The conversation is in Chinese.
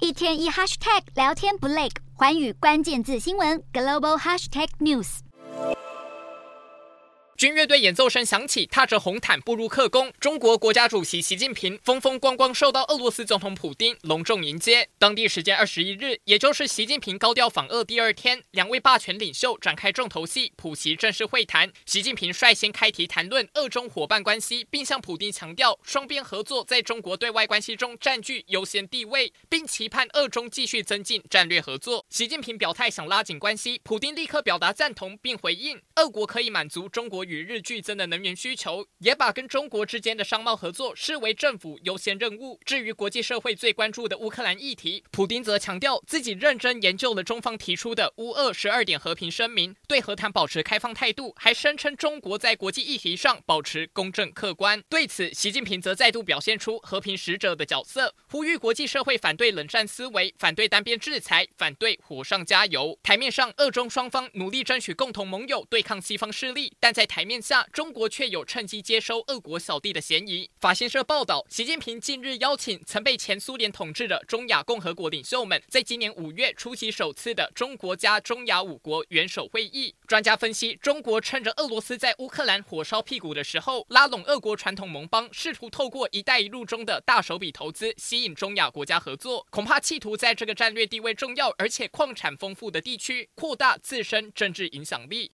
一天一 hashtag 聊天不累，寰宇关键字新闻 global hashtag news。 军乐队演奏声响起，踏着红毯步入克宫。中国国家主席习近平风风光光受到俄罗斯总统普丁隆重迎接。当地时间21日，也就是习近平高调访俄第二天，两位霸权领袖展开重头戏普习正式会谈。习近平率先开题谈论俄中伙伴关系，并向普丁强调双边合作在中国对外关系中占据优先地位，并期盼俄中继续增进战略合作。习近平表态想拉紧关系，普丁立刻表达赞同，并回应俄国可以满足中国与日俱增的能源需求，也把跟中国之间的商贸合作视为政府优先任务。至于国际社会最关注的乌克兰议题，普丁则强调自己认真研究了中方提出的乌俄12点和平声明，对和谈保持开放态度，还声称中国在国际议题上保持公正客观。对此，习近平则再度表现出和平使者的角色，呼吁国际社会反对冷战思维，反对单边制裁，反对火上加油。台面上，俄中双方努力争取共同盟友对抗西方势力，但在台面下，中国却有趁机接收俄国小弟的嫌疑。法新社报道，习近平近日邀请曾被前苏联统治的中亚共和国领袖们，在今年5月出席首次的中国加中亚5国元首会议。专家分析，中国趁着俄罗斯在乌克兰火烧屁股的时候，拉拢俄国传统盟邦，试图透过“一带一路”中的大手笔投资，吸引中亚国家合作，恐怕企图在这个战略地位重要而且矿产丰富的地区扩大自身政治影响力。